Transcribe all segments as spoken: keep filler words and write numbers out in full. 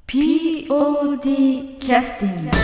ピーオーディー キャスティング。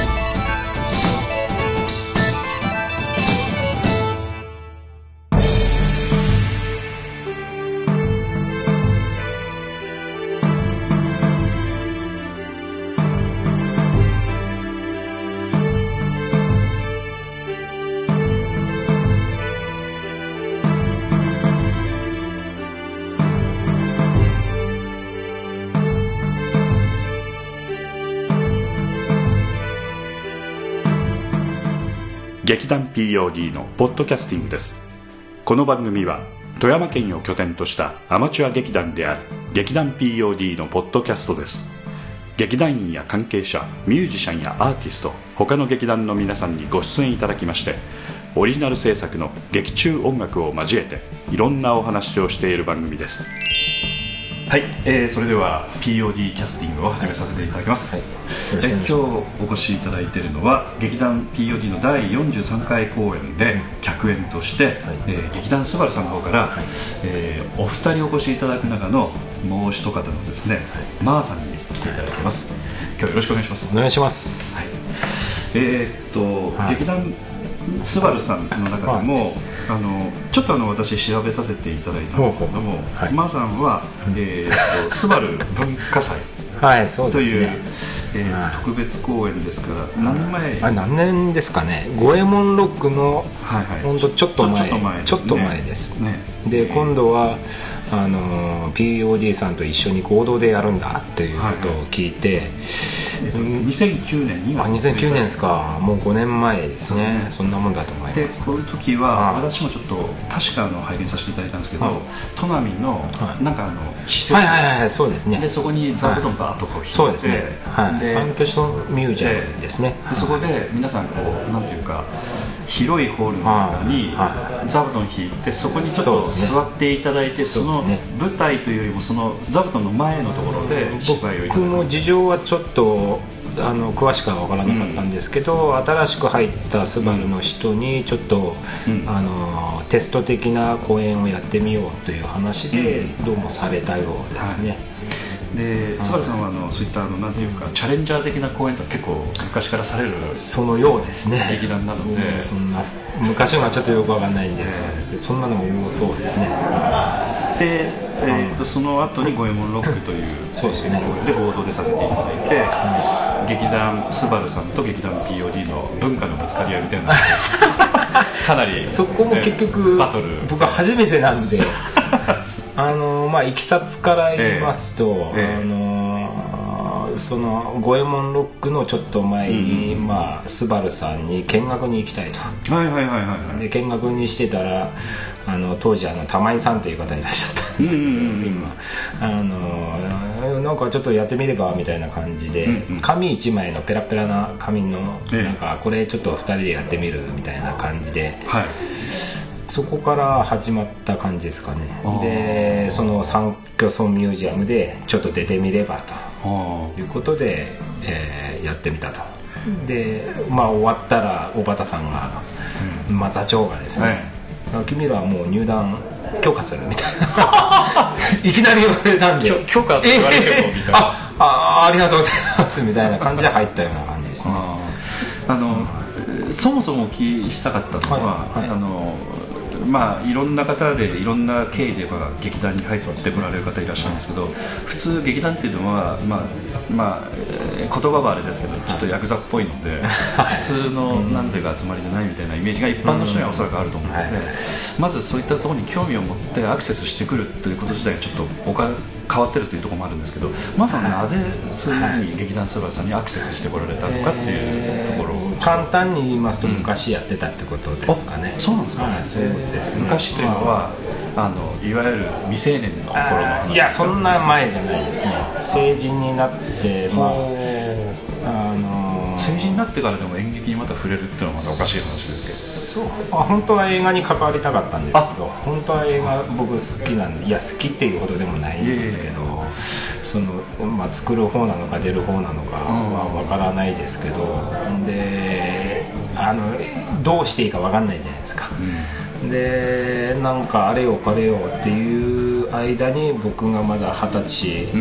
劇団 ピーオーディー のポッドキャスティングです。この番組は富山県を拠点としたアマチュア劇団である劇団 ピーオーディー のポッドキャストです。劇団員や関係者、ミュージシャンやアーティスト、他の劇団の皆さんにご出演いただきまして、オリジナル制作の劇中音楽を交えていろんなお話をしている番組です。はい、えー、それでは ピーオーディー キャスティングを始めさせていただきます。はい、え今日お越しいただいているのは劇団 ピーオーディー のだいよんじゅうさんかい公演で客演として、はい、えー、劇団スバルさんの方から、はい、えー、お二人お越しいただく中のもう一方のですね、はい、マーさんに来ていただいてます。今日はよろしくお願いします。 お願いします。 はい、えー、っと、はい、劇団スバルさんの中でも、はい、あのちょっとあの私調べさせていただいたんですけども、はい、マーさんは、えー、とスバル文化祭はい、そうですね、 という、えーはい、特別公演ですから何年前、 あれ何年ですかね、五右衛門ロックの、はいはい、ほんとちょっと前、ちょっと前ですね。で、今度はあの ピーオーディー さんと一緒に合同でやるんだっていうことを聞いて、はいはい、 にせんきゅうねんにがつにせんきゅうねんですか、もうごねんまえですね、うん、そんなもんだと思います。 でこういう時は私もちょっと確かあの拝見させていただいたんですけど、砺波のなんかあの施設、 はいはいはい、そうですね。 でそこに座布団とアートが引いて、 そうですね、はい、三拠所ミュージアムですね。 でそこで皆さんこうなんていうか広いホールの中に座布団引いて、そこにちょっと座っていただいて、その舞台というよりもその座布団の前のところで芝居をいただく。 僕も事情はちょっとあの詳しくは分からなかったんですけど、うん、新しく入ったスバルの人にちょっと、うん、あのテスト的な公演をやってみようという話で、うん、どうもされたようですね。はい、 でスバルさんはあのそういったあのなんていうか、うん、チャレンジャー的な公演と結構昔からされるそのようですね。 劇団なので、 うん、そんな昔のはちょっとよくわかんないんですけど、えー、そんなのも多そうですね。 で、えー、とその後に五右衛門ロックというそうです、ね、で合同でさせていただいて、うん、劇団スバルさんと劇団 ピーオーディー の文化のぶつかり合いみたいなかなりそこも結局、 バトル僕は初めてなんであのまあいきさつから言いますと、えーえー、あのその五右衛門ロックのちょっと前に、うんうん、まあ、スバルさんに見学に行きたいと、 はいはいはいはい、 で見学にしてたらあの当時あの玉井さんという方いらっしゃったんですけど、うんうんうん、今あのなんかちょっとやってみればみたいな感じで、うんうん、紙いちまいのペラペラな紙の、えー、なんかこれちょっとふたりでやってみるみたいな感じで、はい、そこから始まった感じですかね。でその三拠村ミュージアムでちょっと出てみればということで、えー、やってみたと。でまあ終わったら小畑さんが、うん、まあ、座長がですね、はい、君らはもう入団許可するみたいないきなり言われたんで許可って言われてもみたいな、 ああありがとうございますみたいな感じで入ったような感じですね。 あの、うん、そもそもお聞きしたかったのは、はいはい、あのまあ、いろんな方でいろんな経緯では劇団に入ってこられる方いらっしゃるんですけど、普通劇団っていうのは、まあまあ、言葉はあれですけどちょっとヤクザっぽいので、普通のなんというか集まりでないみたいなイメージが一般の人にはおそらくあると思うので、まずそういったところに興味を持ってアクセスしてくるということ自体がちょっとおか変わってるというところもあるんですけど、まずはなぜそういうふうに劇団スバルさんにアクセスしてこられたのかっていうところを、 簡単に言いますと昔やってたってことですかね。 うん、そうなんですか、ね、 そうですね。 昔というのは、あのいわゆる未成年の頃の話。 いやそんな前じゃないですね。成人になって、まあ、あの成人になってからでも演劇にまた触れるっていうのはまたおかしい話ですけど、そう本当は映画に関わりたかったんですけど、本当は映画僕好きなんで、いや好きっていうほどでもないんですけど、そのまあ、作る方なのか出る方なのかは分からないですけど、であのどうしていいか分かんないじゃないですか。うん、でなんかあれよこれよっていう間に僕がまだ二十歳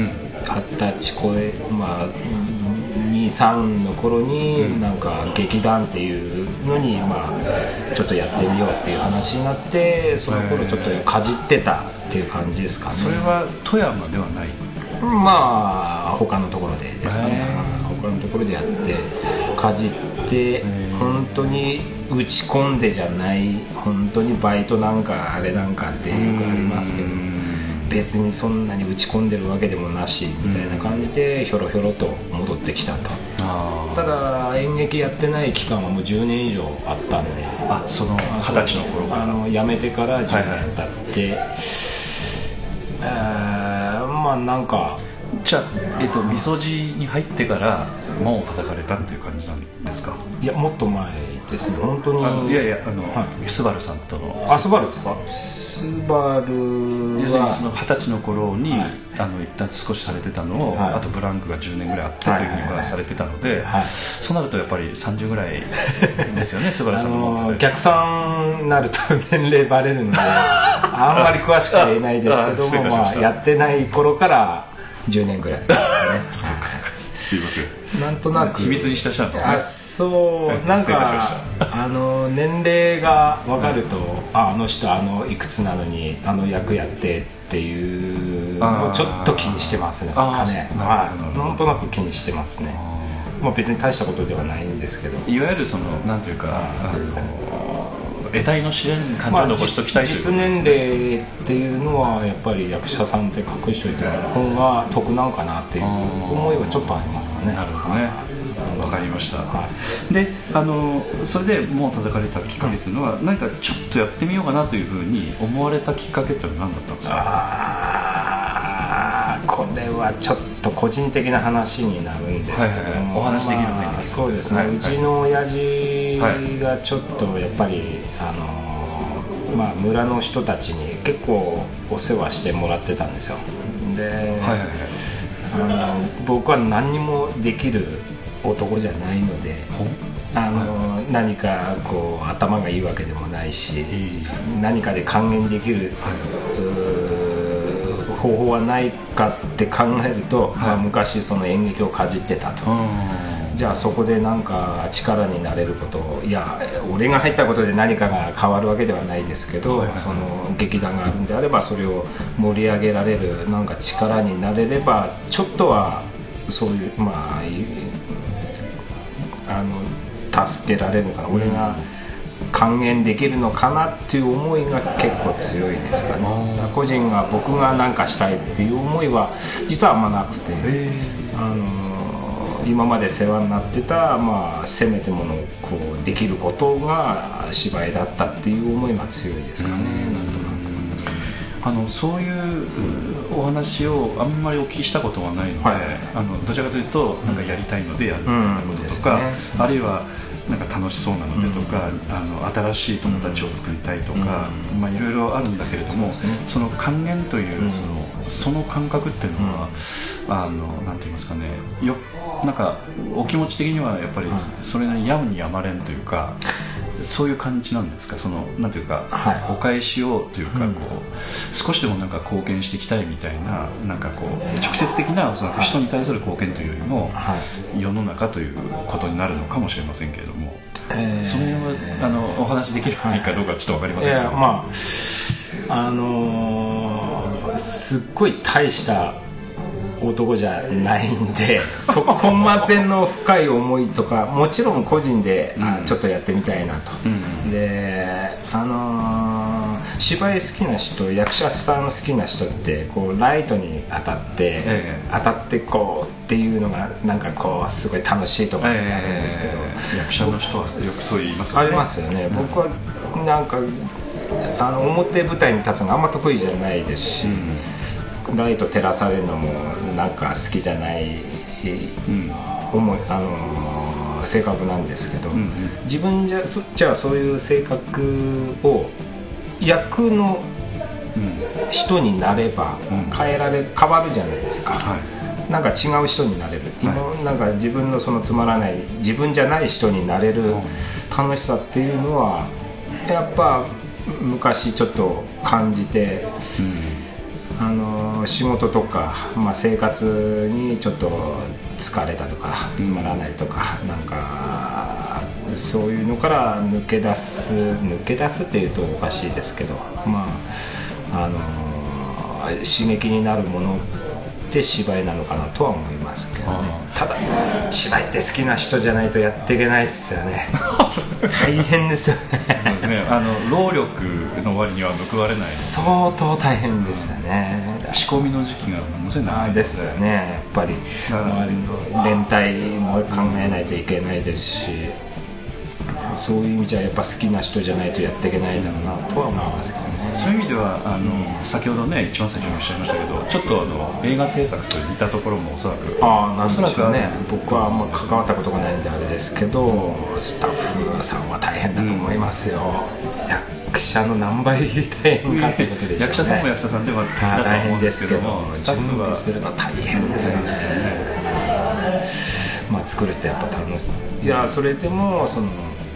二十歳超え、まあに、さんの頃になんか劇団っていうのにまあちょっとやってみようっていう話になって、その頃ちょっとかじってたっていう感じですかね。 それは富山ではない？ まあ他のところでですかね。他のところでやってかじって、本当に打ち込んでじゃない、本当にバイトなんかあれなんかってよくありますけど、別にそんなに打ち込んでるわけでもなしみたいな感じでひょろひょろと戻ってきたと。ただ演劇やってない期間はもうじゅうねん以上あったんで、 あ、その二十歳の頃から、あの辞めてからじゅうねん経って、はいはい、えー、まあなんかじゃあ、えっと、みそじに入ってから門を叩かれたっていう感じなんですか？ いや、もっと前ですね、本当に。 あのいやいや、あの、はい、スバルさんとの。 あ、スバルですか？スバルは要するにその二十歳の頃に、はい、あの一旦少しされてたのを、はい、あとブランクがじゅうねんぐらいあってというふうにはされてたので、はい、そうなるとやっぱりさんじゅうぐらいですよねスバルさんの門叩いて。 逆算になると年齢バレるのであんまり詳しくは言えないですけども、まあ、やってない頃からじゅうねんぐらいですね。 そうかそうか、すいません、 なんとなく秘密にしたしたんですね。 あ、そうなんかあの年齢が分かると、うん、あ, あの人あのいくつなのにあの役やってっていうのをちょっと気にしてますね。なんかね、はい、なんとなく気にしてますね。まあ、別に大したことではないんですけど、 いわゆるそのなんていうか、あの得体の知れん感情を残しておきたいということですね。 実年齢っていうのはやっぱり役者さんって隠しといてある方が得なんかなっていう思いはちょっとありますかね。 なるほどね、わかりました、はい、で、あのそれでもう叩かれたきっかけっていうのは、うん、何かちょっとやってみようかなというふうに思われたきっかけっていうのは何だったんですか？ あ、これはちょっと個人的な話になるんですけども、はいはいはい、 お話できる範囲で、 まあ、そうですね、はいはい、うちの親父がちょっとやっぱり、あのまあ、村の人たちに結構お世話してもらってたんですよ。で、はいはいはい、あの僕は何にもできる男じゃないので、あの、はい、何かこう頭がいいわけでもないし、何かで還元できる、はい、方法はないかって考えると、はい、まあ、昔その演劇をかじってたと。じゃあそこでなんか力になれること、いや俺が入ったことで何かが変わるわけではないですけど、はいはい、その劇団があるんであればそれを盛り上げられるなんか力になれればちょっとはそういう、まあ、あの助けられるのかな、うん、俺が還元できるのかなっていう思いが結構強いですかね。個人が僕が何かしたいっていう思いは実はあんまなくて、あの今まで世話になってた、まあ、せめてものこうできることが芝居だったっていう思いが強いですかね。なんとなくあのそういうお話をあんまりお聞きしたことはないので、はい、あのどちらかというとなんかやりたいのでやることとか、うんうんね、あるいはなんか楽しそうなのでとか、うん、あの新しい友達を作りたいとか、うん、まあいろいろあるんだけれども、 そ, ね、その還元という、うん、そのその感覚っていうのは、うん、あのなんて言いますかね、よなんかお気持ち的にはやっぱりそれなりにやむにやまれんというか、そういう感じなんですか？そのなんていうか、はい、お返しをというか、こう、うん、少しでもなんか貢献していきたいみたいな、なんかこう直接的なその人に対する貢献というよりも、はい、世の中ということになるのかもしれませんけれども、えー、その辺はあのお話できる範囲かどうかちょっと分かりませんけど、はい、 まああのー、すっごい大した男じゃないんでそこまでの深い思いとかもちろん個人で、うん、あちょっとやってみたいなと、うん、で、あのー、芝居好きな人、役者さん好きな人ってこうライトに当たって、ええ、当たってこうっていうのがなんかこうすごい楽しいとかあるんですけど、ええ、 役者の人はよくそう言いますよね。 ありますよね、うん、僕はなんかあの表舞台に立つのがあんま得意じゃないですし、うん、ライト照らされるのもなんか好きじゃない、うん、思い、あのー、性格なんですけど、うんうん、自分じゃ、そじゃあそういう性格を役の人になれば変えられ、うん、変わるじゃないですか、はい、なんか違う人になれる、はい、なんか自分のそのつまらない自分じゃない人になれる楽しさっていうのはやっぱ昔ちょっと感じて、うん、あのの仕事とか、まあ、生活にちょっと疲れたとかつまらないとか、うん、なんかそういうのから抜け出す抜け出すっていうとおかしいですけど、まああの刺激になるものって芝居なのかなとは思いますけどね。ただ芝居って好きな人じゃないとやっていけないですよね大変ですよねそうですね、あの労力の割には報われない、 相当大変ですよね、 うん、仕込みの時期がものすごい長いですよね。やっぱり周りの連帯も考えないといけないですし、そういう意味じゃやっぱ好きな人じゃないとやっていけないだろうなとは思いますけどね。 そういう意味ではあの、うん、先ほどね一番最初におっしゃいましたけど、ちょっとあの映画制作と似たところもおそらくあなんでしょうね。僕はあんま関わったことがないんであれですけど、スタッフさんは大変だと思いますよ、うん、役者の何倍大変かということでしょうね役者さんも役者さんでは大変ですけども、 スタッフはするの大変ですよね、まあ作るってやっぱ楽しい。いやそれでもその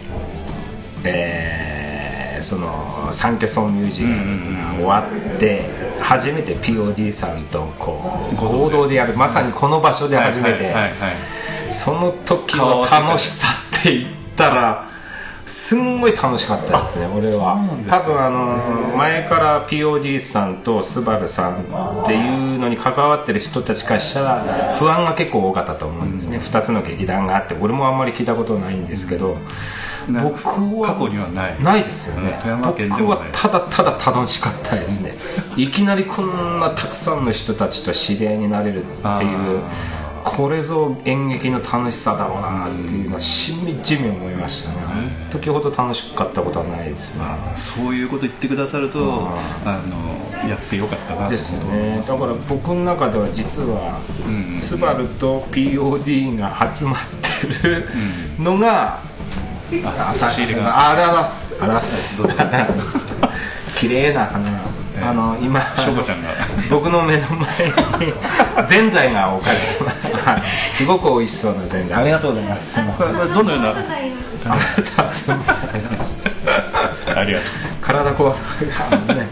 えー、そのサンキョソンミュージアムが終わって初めて ピーオーディー さんとこう合同でやる、まさにこの場所で初めて、その時の楽しさって言ったらすんごい楽しかったですね。俺は多分あの前から ピーオーディー さんとスバルさんっていうのに関わってる人たちからしたら不安が結構多かったと思うんですね、うん、ふたつの劇団があって、俺もあんまり聞いたことないんですけど、うん、僕は過去にはないないですよね、 富山県でもない。 僕はただただ楽しかったですねいきなりこんなたくさんの人たちと知り合いになれるっていう、これぞ演劇の楽しさだろうなっていうのはしみじみ思いましたね。あの時ほど楽しかったことはないですね。 そういうこと言ってくださるとあのやってよかったなとですよね。だから僕の中では実は、うん、スバルと ピーオーディー が集まってるのが、うん、 あ差し入れがあららすあらす綺麗な花、あの今しょこちゃんが僕の目の前にぜんざいが置かれてますすごく美味しそうなぜんざい、ありがとうございます。すみません、 これどのようなあすみませんありがとう。 体壊すがね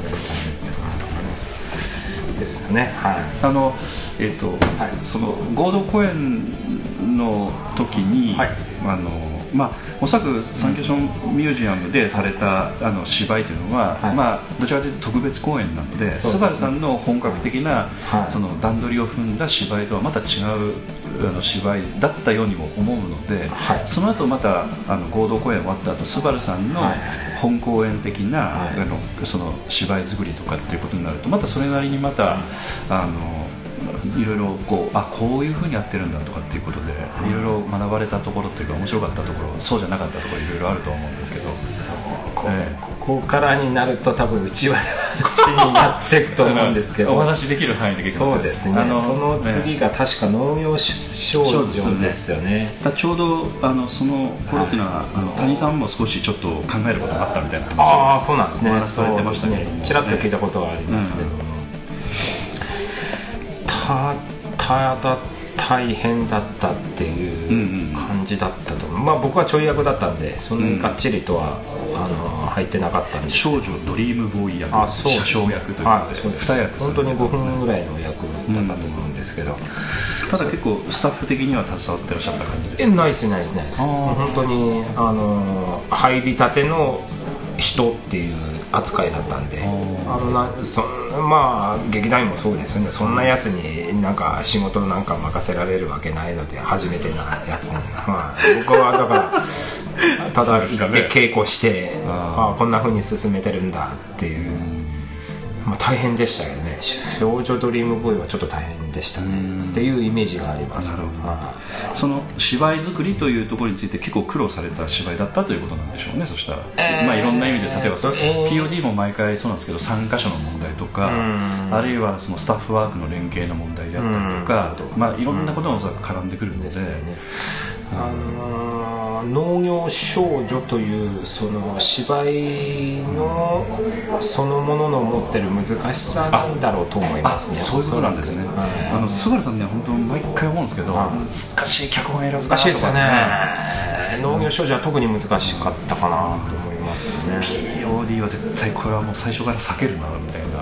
ですね。はい。 あのえっ、ー、と、はい、その合同公演の時に、はい、あのまあおそらくサンキョソンミュージアムでされたあの芝居というのは、はい、まあ、どちらかというと特別公演なので、スバルさんの本格的な、はい、その段取りを踏んだ芝居とはまた違うあの芝居だったようにも思うので、はい、その後またあの合同公演終わった後スバルさんの本公演的な、はい、あのその芝居作りとかっていうことになるとまたそれなりにまた、はい、あのいろいろこうあこういうふうにやってるんだとかっていうことでいろいろ学ばれたところというか面白かったところ、そうじゃなかったところいろいろあると思うんですけど、 そう こ,、えー、ここからになると多分うちは話になっていくと思うんですけどお話できる範囲で結構そうですね。その次が確か農業少女ですよね。 だちょうどあのその頃っていうのは、はい、あの谷さんも少しちょっと考えることがあったみたいな話をああそうなんですね。お話されてましたけども、 ね、ちらっと聞いたことはありますけども、うん、たただ大変だったっていう感じだったと思う、うんうん、まあ僕はちょい役だったんでそんなにがっちりとは、うん、あの入ってなかったんで、 少女ドリームボーイ役、 あそうですね、 車掌役ということで、そうですに役本当にごふんぐらいの役だったと思うんですけど、うん、 ただ結構スタッフ的には携わってらっしゃった感じですか？ えないですないですないです。本当にあの入りたての人っていう扱いだったんで、あのなそまあ劇団員もそうですよね。そんなやつになんか仕事なんか任せられるわけないので、初めてなやつに、まあ、僕はだからただ行って稽古してああこんな風に進めてるんだっていう、まあ、大変でしたけどね。少女ドリームボーイはちょっと大変でしたねっていうイメージがあります。 なるほど、まあ、その芝居作りというところについて結構苦労された芝居だったということなんでしょうね。そしたら、えーまあ、いろんな意味で例えば、えー、ピーオーディー も毎回そうなんですけどさん箇所の問題とか、あるいはそのスタッフワークの連携の問題であったりとか、まあ、いろんなことがおそらく絡んでくるので、ですよね。 あのー、農業少女というその芝居のそのものの持ってる難しさなんだろうと思いますね。 そういうことなんですね。はい、あのスバルさんね本当毎回思うんですけど、難しい脚本選ぶ難しいですよね。農業少女は特に難しかったかなと思いますよね。 ピーオーディー は絶対これはもう最初から避けるなみたいな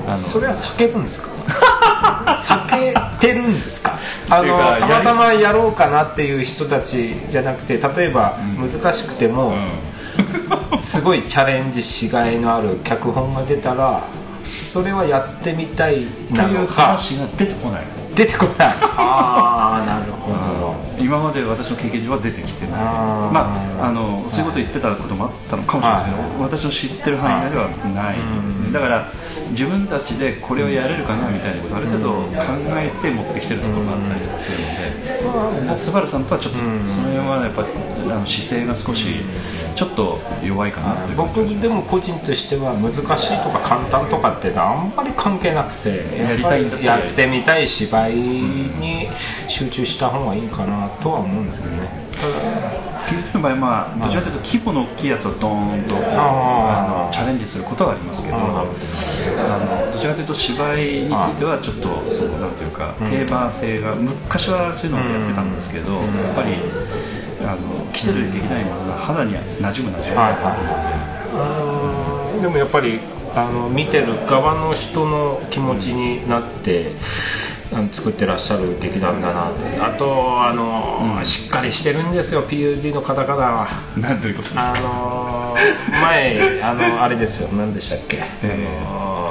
のそれは避けるんですか避けてるんですかあのたまたまやろうかなっていう人たちじゃなくて、例えば難しくても、うん、すごいチャレンジしがいのある脚本が出たらそれはやってみたいなのか、という話が出てこない出てこないああなるほど。 今まで私の経験上は出てきてない。あ、まあ、あのそういうこと言ってたこともあったのかもしれないけど、私の知ってる範囲内ではないですね。だから自分たちでこれをやれるかなみたいなことをある程度考えて持ってきてるところがあったりとかするので、スバルさんとはちょっとその辺はやっぱあの姿勢が少しちょっと弱いかなという。 僕でも個人としては難しいとか簡単とかっていうのはあんまり関係なくて、 やりたいんだったらやってみたい芝居に集中した方がいいかなとは思うんですけどね。 ピーティーの場合、まあ、どちらかというと規模の大きいやつをドーンとあのチャレンジすることはありますけど、あのどちらかというと芝居についてはちょっとそうなんていうか定番性が、昔はそういうのをやってたんですけど、やっぱりあの来てる劇団員も肌に馴染む馴染む、はいはい、でもやっぱりあの見てる側の人の気持ちになって、うん、あの作ってらっしゃる劇団だなって。あとあの、うん、しっかりしてるんですよ ピーユーディー の方々は。 何ということですか。 あの前あのあれですよ、何でしたっけ、えー、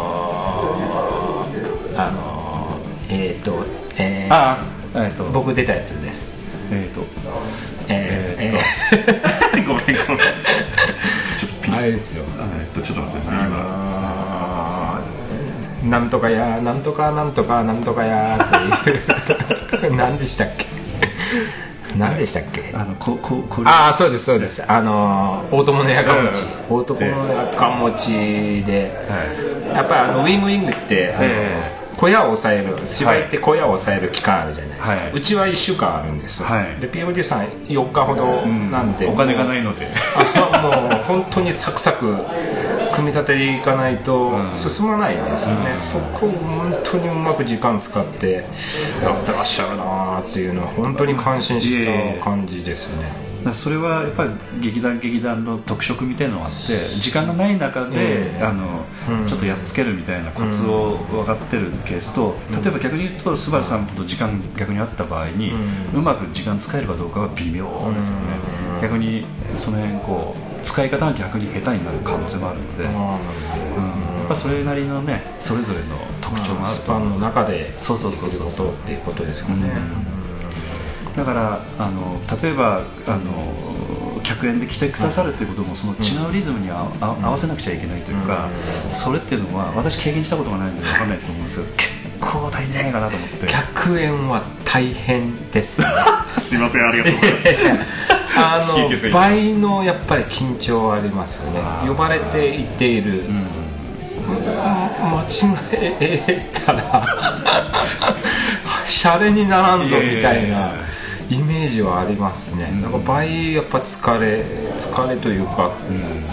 あのえっ、ー、と、えーあえー、と僕出たやつです。 えっ、ー、とえー、えー、ごめんごめんちょっとあれですよ、 えー、とちょっと待ってください、あのー、なんとかやなんとかなんとかなんとかやっていう何でしたっけ何でしたっけ、 あのこここああそうですそうです、あの大友のやかもち、大友のやかもちで、はい、やっぱりあのウィングウィングってあの、えー小屋を抑える芝居って小屋を抑える期間あるじゃないですか、はい、うちはいっしゅうかんあるんです、はい、で ピーオーディー さんよっかほどなんで、 うん、お金がないのでもう本当にサクサク組み立てていかないと進まないんですよね、うん、そこを本当にうまく時間使ってやってらっしゃるなっていうのは本当に感心した感じですね。 それはやっぱり劇団劇団の特色みたいなのがあって、時間がない中で、うん、あのうん、ちょっとやっつけるみたいなコツを分かってるケースと、うん、例えば逆に言うとスバルさんと時間逆にあった場合に、うん、うまく時間使えるかどうかは微妙ですよね、うん、逆にその辺こう使い方が逆に下手になる可能性もあるので、うんうん、やっぱそれなりのねそれぞれの特徴があると、 スパンの中でそうそうそうそうそうっていうことですかね、 うん、だからあの例えばあの客演で来てくださるということもその違うリズムにああ合わせなくちゃいけないというか、それっていうのは私経験したことがないので分かんないですけど結構大変じゃないかなと思って。 客演は大変です、ね、 すいませんありがとうございますあの倍のやっぱり緊張ありますよね。呼ばれていっている、うん、間違えたらシャレにならんぞみたいなイメージはありますね。なんか倍やっぱ疲れ疲れというか、うん、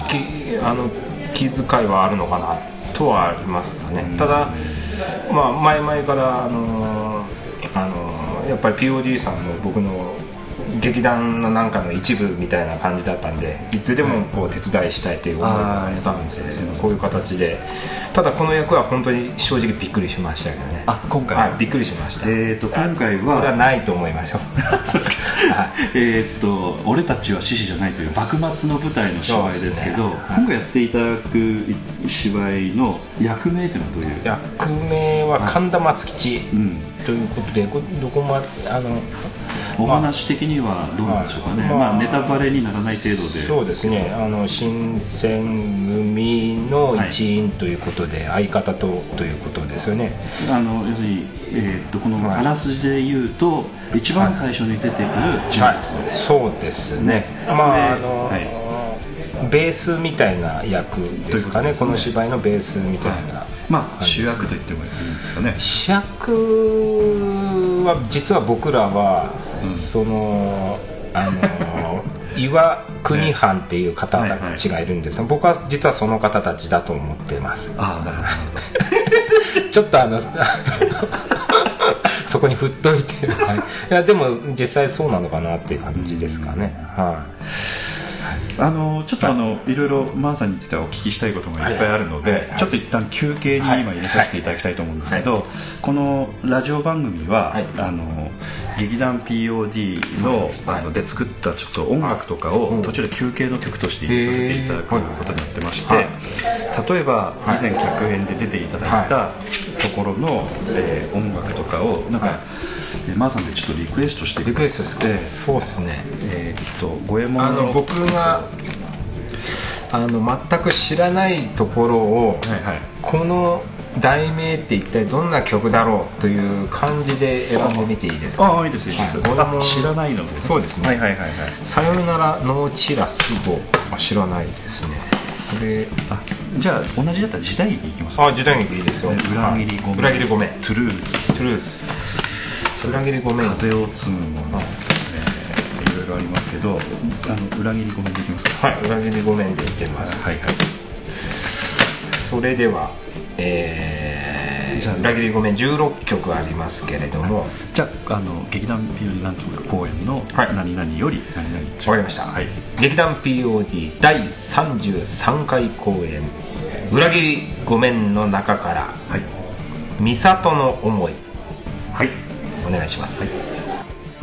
きあの気遣いはあるのかなとはありますかね、うん、ただ、まあ、前々からあのあのやっぱり ピーオーディー さんの僕の劇団のなんかの一部みたいな感じだったんで、いつでもこう手伝いしたいという思いがあったんで、こういう形で。ただこの役は本当に正直びっくりしましたけどね。 あ、今回、 はい、びっくりしました。 えーと今回はこれはないと思いましょうそうですか、はい、えーと俺たちは獅子じゃないという幕末の舞台の芝居ですけど、ね、はい、今回やっていただく芝居の役名というのはどういう？ 役名は神田松吉、うん、ということで、どこまあのお話的にはどうなんでしょうかね、まあまあ、ネタバレにならない程度で。 そうですね、あの新選組の一員ということで、はい、相方とということですよね。 あの要するに、えー、っとこのあらすじで言うと、はい、一番最初に出てくる人物ですね、はい、 そうですね、まああの、はい、ベースみたいな役ですかね、この芝居のベースみたいな、はい、 まあ主役と言ってもいいんですかね。 主役は実は僕らは、うん、そのあの岩国藩っていう方たちがいるんですが、ね、はいはい、僕は実はその方たちだと思ってます。 ああ、なるほどちょっとあのそこに振っといて、はい、いやでも実際そうなのかなっていう感じですかね、うん、はい。 あのちょっとあの、はい、いろいろマーさんについてはお聞きしたいことがいっぱいあるので、はいはいはい、ちょっと一旦休憩に今入れさせていただきたいと思うんですけど、はいはい、このラジオ番組は、はい、あの劇団 ピーオーディー の、はい、あので作ったちょっと音楽とかを途中で休憩の曲として入れさせていただくことになってまして、はい、例えば以前客演で出ていただいたところの、えー、音楽とかをなんか、はい、マーさんでちょっとリクエストしてリクエストですか、えー、そうですね、 えー、っと五右衛門のあの僕があの全く知らないところを、はいはい、この題名って一体どんな曲だろうという感じで選んでみていいですか。 ああ、いいですいいです、はい、知らないのです、 そうですね、 はいはいはいはい、 さよならノーチラス語、知らないですね。これあじゃあ同じだったら時代劇いきますか。 あ、時代劇いいですよ。 裏切りごめん、 裏切りごめん、 トゥルース、 トゥルース、裏切りごめん、 風を摘むもの、えー、いろいろありますけど、あの裏切りごめんでいきますか。 はい、裏切りごめんでいってます。 はいはい。 それでは、えー、じゃあ裏切りごめんじゅうろっきょくありますけれども、 じゃあ、あの劇団 ピーオーディー なんとか公演の何々より何々、 わかりました、はい、劇団 ピーオーディー だいさんじゅうさんかい公演裏切りごめんの中から、はい、美里の思い、 はい、 お願いします、はい。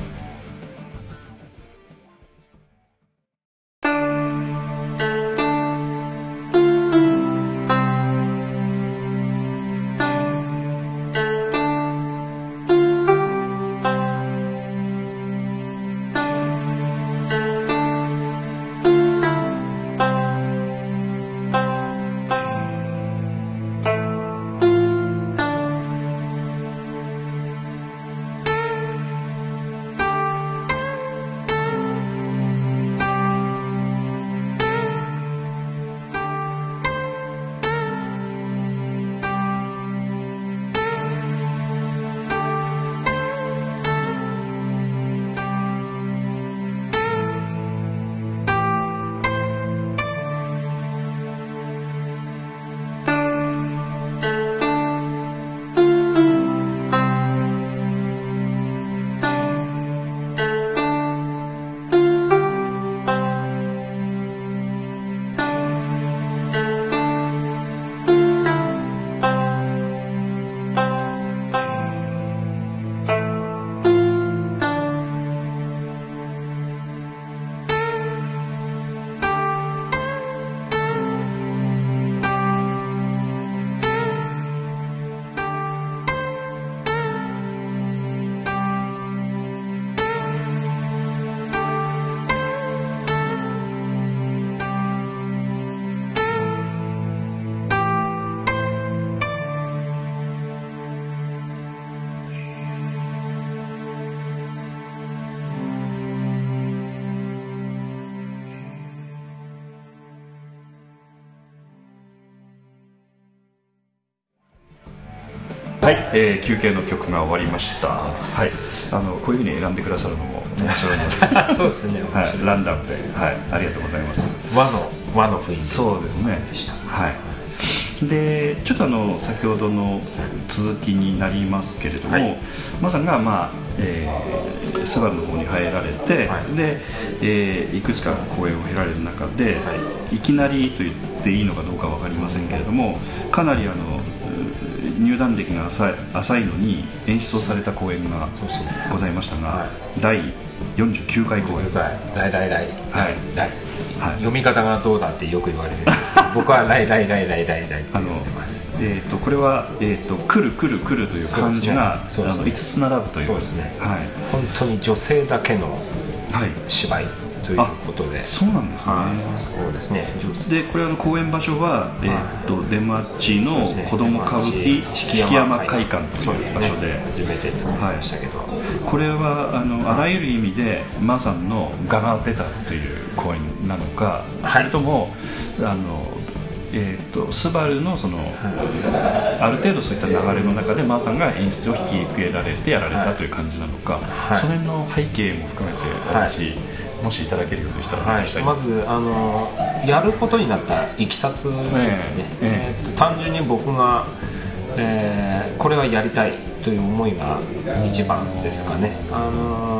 はい、えー、休憩の曲が終わりました。はい、あのこういうふうに選んでくださるのも面白いのでそうですね、 はい、ランダムで、はい、ありがとうございます。 和の和の雰囲気、 そうですねでした。 はい。でちょっとあの先ほどの続きになりますけれども、はい、マさんが、まあえー、スバルの方に入られて、はい、で、えー、いくつか公演を経られる中で、はい、いきなりと言っていいのかどうか分かりませんけれども、かなりあの入団歴が浅い、浅いのに演出をされた公演がございましたが、はい、だいよんじゅうきゅうかい公演、 来来来来、はい来はい、 読み方がどうだってよく言われるんですけど僕は来来来来来来って呼んでます。 えー、とこれは、えー、と来る来る来るという漢字が、ね、あのいつつ並ぶという、 そうですね、はい、本当に女性だけの芝居、はいということで、 そうなんですね。 そうですね。 でこれはの公演場所は、えー、と出町の子ども歌舞伎敷山会館という場所で、 ね、初めて作りましたけど、はい、 これはあのあらゆる意味でマーさんの我が出たという公演なのか、はい、それともあのえー、とスバルのその、はい、ある程度そういった流れの中でマーさんが演出を引き受けられてやられたという感じなのか、はい、その辺の背景も含めてお話、はい、もしいただけるようでしたらお願いしたい、 はい、まずあのやることになったいきさつですよね、えーえー、と単純に僕が、えー、これはやりたいという思いが一番ですかね。あのー、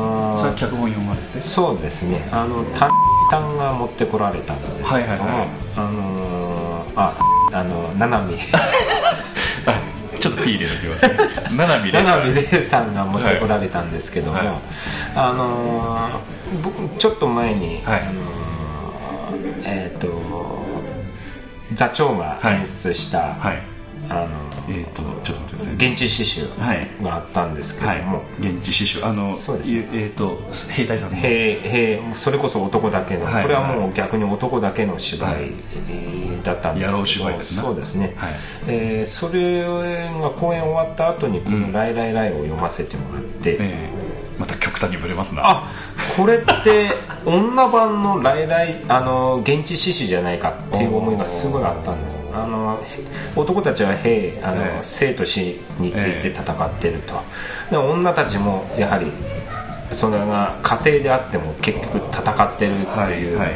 それは脚本読まれて。 そうですね、あのタンタンが持ってこられたんですけども、はいはいはい、あのー、ああの七海ちょっと P 入れておきますね。七海玲さんが持ってこられたんですけども、はいはい、あのー、僕ちょっと前に、はい、あのー、えっ、ー、と座長が演出した、はいはい、あのえー、とちょっと待ってください、 現地刺繍があったんですけども、はいはい、 現地刺繍、あのそうです、ね、えー、と兵隊さんの兵兵それこそ男だけの、はいはい、これはもう逆に男だけの芝居だったんですけど、 野郎芝居ですね。 そうですね、はい、えー、それが公演終わった後にこの「ライライライ」を読ませてもらって、うん、えー、また極端にぶれますな。 あ、これって女版の「ライライ」あの現地刺繍じゃないかっていう思いがすごいあったんです。あの男たちは兵あの、えー、生と死について戦ってると、えー、で女たちもやはりそれが家庭であっても結局戦ってるっていう、はいはいはい、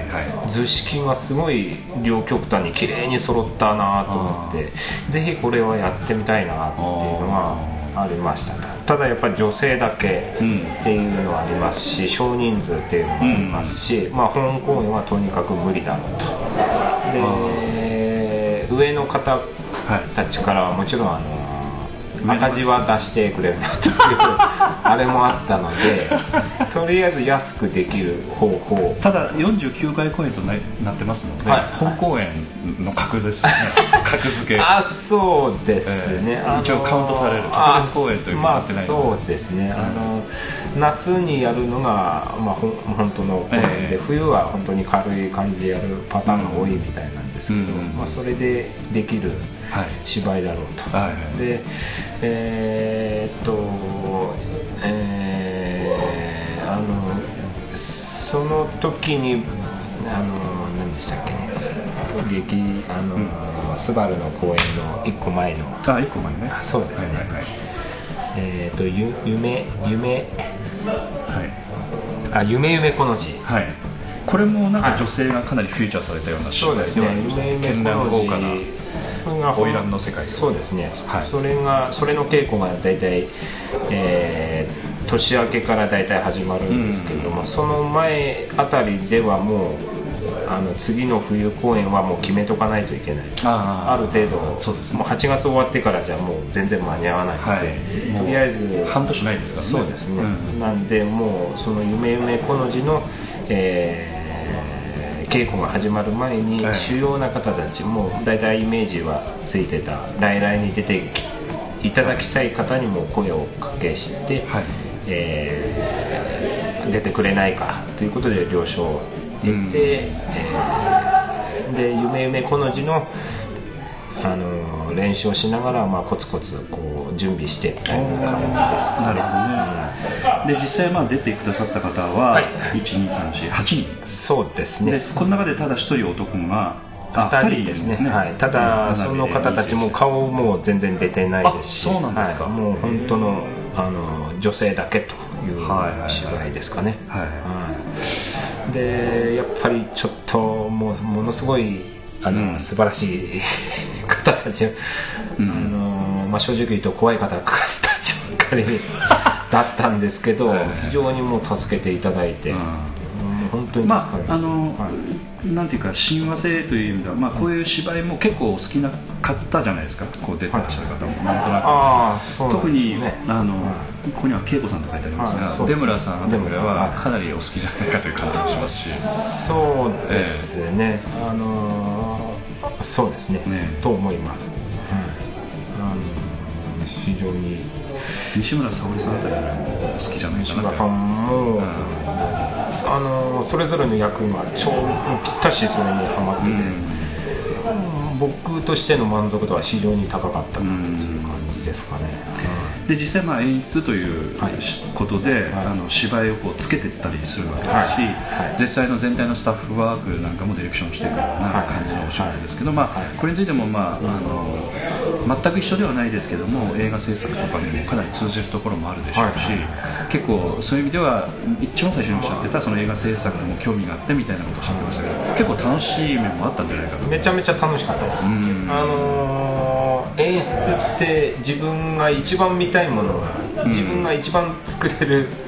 図式がすごい両極端に綺麗に揃ったなと思って、ぜひこれはやってみたいなっていうのがありました。ただやっぱり女性だけっていうのはありますし、うん、少人数っていうのもありますし、うん、まあ、本公演はとにかく無理だろうと。で上の方たちからはもちろんあの赤字は出してくれるなというあれもあったので、とりあえず安くできる方法。 ただよんじゅうきゅうかい公演と な, なってますので、はい、本公演の格ですよね。格付け。 あ、そうですね、 えー、一応カウントされる特別公演というふうになってないので、 まあ、そうですね、あの夏にやるのが、まあ、ほ本当の公演で、えー、冬は本当に軽い感じでやるパターンが多いみたいなんですけど、うんうん、まあ、それでできる芝居だろうと、はい、でえー、っと、えー、あのその時にあの何でしたっけね、劇あの、うん、スバルの公演のいっこまえの、 あ、いっこまえね、 そうですね、はいはいはい、えー、っとゆ夢夢、はい、あ、夢夢この字、はい、 これもなんか女性がかなりフィーチャーされたような芝居で、そうですね、夢夢この字、豪華な花魁の世界。 そうですね、はい、それがそれの稽古が大体、えー、年明けから大体始まるんですけども、うん、その前あたりではもうあの次の冬公演はもう決めとかないといけない。 あ, ある程度そうです、ね、もうはちがつ終わってからじゃもう全然間に合わないので、はい、とりあえず半年ないですからね。 そうですね、うん、なんでもうその夢夢この字の、えー稽古が始まる前に主要な方たちも大体イメージはついてた来来に出ていただきたい方にも声をかけして、はい、えー、出てくれないかということで了承を得て、うん、えー、で夢夢この字のあの練習をしながら、まあ、コツコツこう準備してみたいな感じですかね。 なるほどね。で実際まあ出てくださった方は、はい、いちにさんしはちにん。 そうですね。 でこの中でただひとり男がふたりですね。ですね、はい、ただその方たちも顔も全然出てないですし、 そうなんですか、 はい、もう本当の、あの女性だけという芝居ですかね。はいはいはい、でやっぱりちょっともうものすごいあの、うん、素晴らしい方たち、うん、あのまあ、正直言うと怖い方たちばっかりだったんですけど非常にもう助けていただいて、うん、もう本当に助かる、 まああのはい、なんていうか親和性という意味では、まあ、こういう芝居も結構好きな方じゃないですか、こう出てらっしゃる方も、はい、なんとなくあそうなんですね、 特にあの、はい、ここには恵子さんと書いてありますが、出村さんあたりはかなりお好きじゃないかという感じもしますし、 そうですね、えー、あのそうですね、ねと思います、うん、あの非常に西村沙織さんあたりも好きじゃないかな。 西村さんも、うん、あのそれぞれの役が超ぴったしそれにはまってて、うん、僕としての満足度は非常に高かったなという感じですかね、 うん、で実際まあ演出ということで、はい、あの芝居をこうつけていったりするわけですし、はいはい、実際の全体のスタッフワークなんかもディレクションしていくような感じのお仕事ですけど、まあ、これについても、まあ、あの全く一緒ではないですけども映画制作とかにもかなり通じるところもあるでしょうし、結構そういう意味では一番最初におっしゃってたその映画制作も興味があってみたいなことをおっしゃってましたけど、結構楽しい面もあったんじゃないかと。 めちゃめちゃ楽しかったです、あのー、演出って自分が一番見たいものが、うん、自分が一番作れる、うん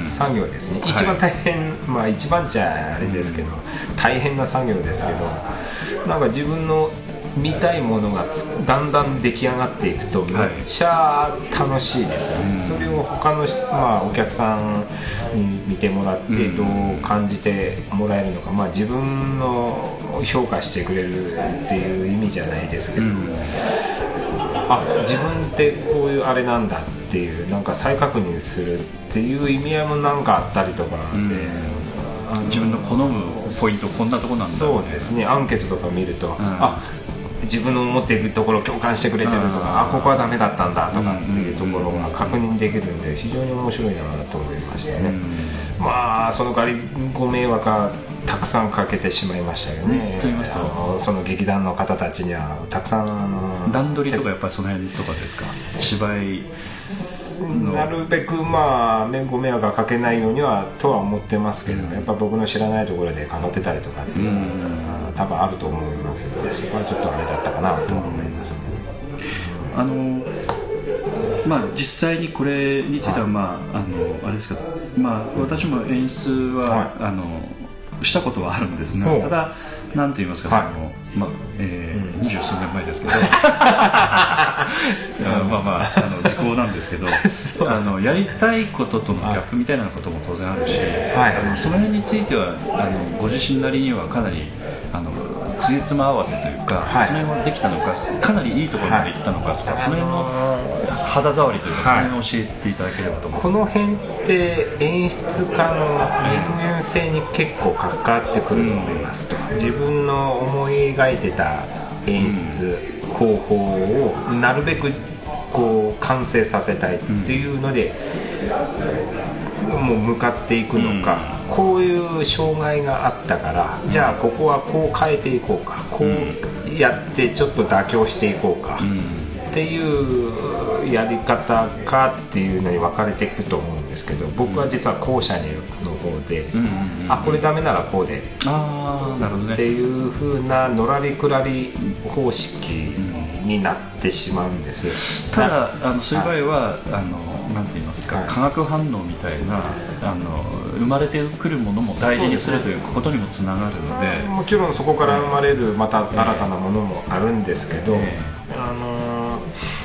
作業ですね、一番大変、まあ一番じゃあれですけど、大変な作業ですけど、なんか自分の見たいものがだんだん出来上がっていくとめっちゃ楽しいですよね、はい、それを他の、まあ、お客さんに見てもらってどう感じてもらえるのか、まあ、自分の評価してくれるっていう意味じゃないですけど、うん、あ、自分ってこういうあれなんだっていうなんか再確認するっていう意味合いもなんかあったりとかで、うん、 自分の好むポイントこんなとこなんだ、ね、 そうですね、アンケートとか見ると、うん、あ、自分の思っているところ共感してくれてるとか、あ、ここはダメだったんだとかっていうところが確認できるんで非常に面白いなと思いましたね。まあその代わりご迷惑はたくさんかけてしまいましたよね。と言いますと、その劇団の方たちにはたくさんあの段取りとかやっぱりその辺とかですか、芝居なるべくまあご迷惑はかけないようにはとは思ってますけど、うん、やっぱ僕の知らないところでかかってたりとかっていうのは、うん、多分あると思いますので、そこはちょっとあれだったかなと思いますね。 あのまあ、実際にこれについては、まあ、あのあれですけど、まあ、私も演出は、はい、あのしたことはあるんですが、ただなんて言いますか、はい、そのまあえー、二十数年前ですけどまあまあ、あの時効なんですけどあのやりたいこととのギャップみたいなことも当然あるし、はい、あのその辺についてはあのご自身なりにはかなりあのつじつま合わせというか、はい、その辺はできたのか、かなりいいところまで行ったのか、はい、その辺の肌触りというか、はい、その辺を教えていただければと思います。 この辺って演出家の人間性に結構関わってくると思いますと、うん、自分の思い描いてた演出、うん、方法をなるべくこう完成させたいっていうので、うん、もう向かっていくのか、うん、こういう障害があったから、じゃあここはこう変えていこうか、こうやってちょっと妥協していこうか、うん、っていうやり方かっていうのに分かれていくと思うんですけど、僕は実は後者の方で、うんうんうん、あ、これダメならこうで、 あー、なるほどね、 っていう風なのらりくらり方式になってしまうんです。 ただあのそういう場合は、あのなんて言いますか、はい、化学反応みたいなあの生まれてくるものも大事にするということにもつながるので、 もちろんそこから生まれるまた新たなものもあるんですけど、えー、あの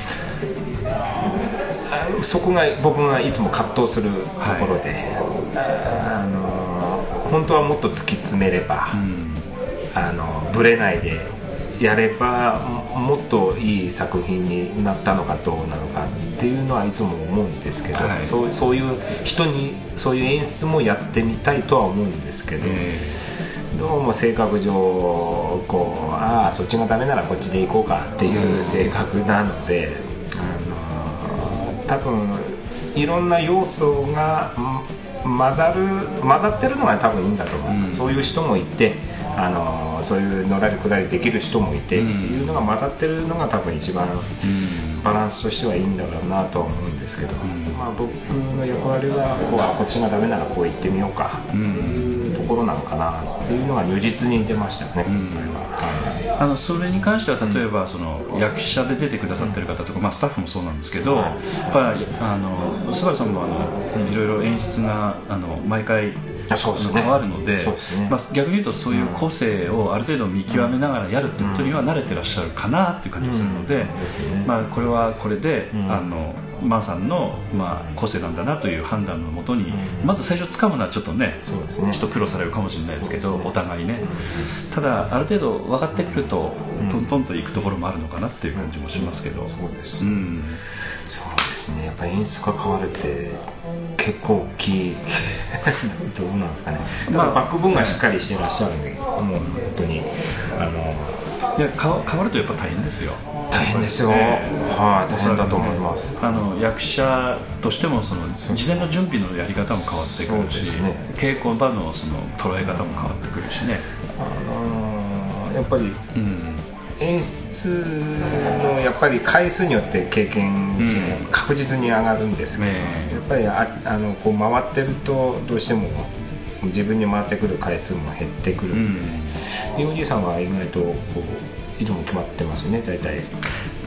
ー、そこが僕がいつも葛藤するところで、はい、あのー、本当はもっと突き詰めれば、うん、あのブレないでやればもっといい作品になったのかどうなのかっていうのはいつも思うんですけど、はい、そう、そういう人にそういう演出もやってみたいとは思うんですけど、えー、どうも性格上こう、ああそっちがダメならこっちで行こうかっていう性格なので、あの多分いろんな要素が混ざる混ざってるのが多分いいんだと思う、うん、そういう人もいて、あのそういうのらりくらりできる人もいてっていうのが混ざってるのが多分一番バランスとしてはいいんだろうなとは思うんですけど、まあ、僕の役割はこう、あ、こっちがダメならこう言ってみようかっていうところなのかなっていうのが如実に出ましたね、今回は。 はい、あのそれに関しては例えばその役者で出てくださってる方とか、まあ、スタッフもそうなんですけど、やっぱりあのスバルさんもあのいろいろ演出があの毎回そうですね、 変わるので、 そうですね、 まあ、逆に言うとそういう個性をある程度見極めながらやるってことには慣れてらっしゃるかなっていう感じがするので、うんですね、まあ、これはこれで、うん、あのマンさんの、まあ、個性なんだなという判断のもとに、うん、まず最初つかむのはちょっとね、そうですね、ちょっと苦労されるかもしれないですけど、お互いね、うん、ただある程度分かってくると、うん、トントンといくところもあるのかなっていう感じもしますけど、 そうです、うん、そうですね、やっぱり演出が変わるって結構大きいどうなんですかね、まあ、バックボーンがしっかりしていらっしゃるんで、もう本当にあのいや変わるとやっぱ大変ですよ。 大変ですよ、ね、はい、大変だと思います。 あの役者としてもその事前の準備のやり方も変わってくるし、ね、稽古場のその捉え方も変わってくるしね、 あのー、やっぱり、うん、演出のやっぱり回数によって経験値が確実に上がるんですけど、うん、やっぱり あ, あのこう回ってるとどうしても自分に回ってくる回数も減ってくるので、うん、おじいさんは意外とこういつも決まってますよね、大体。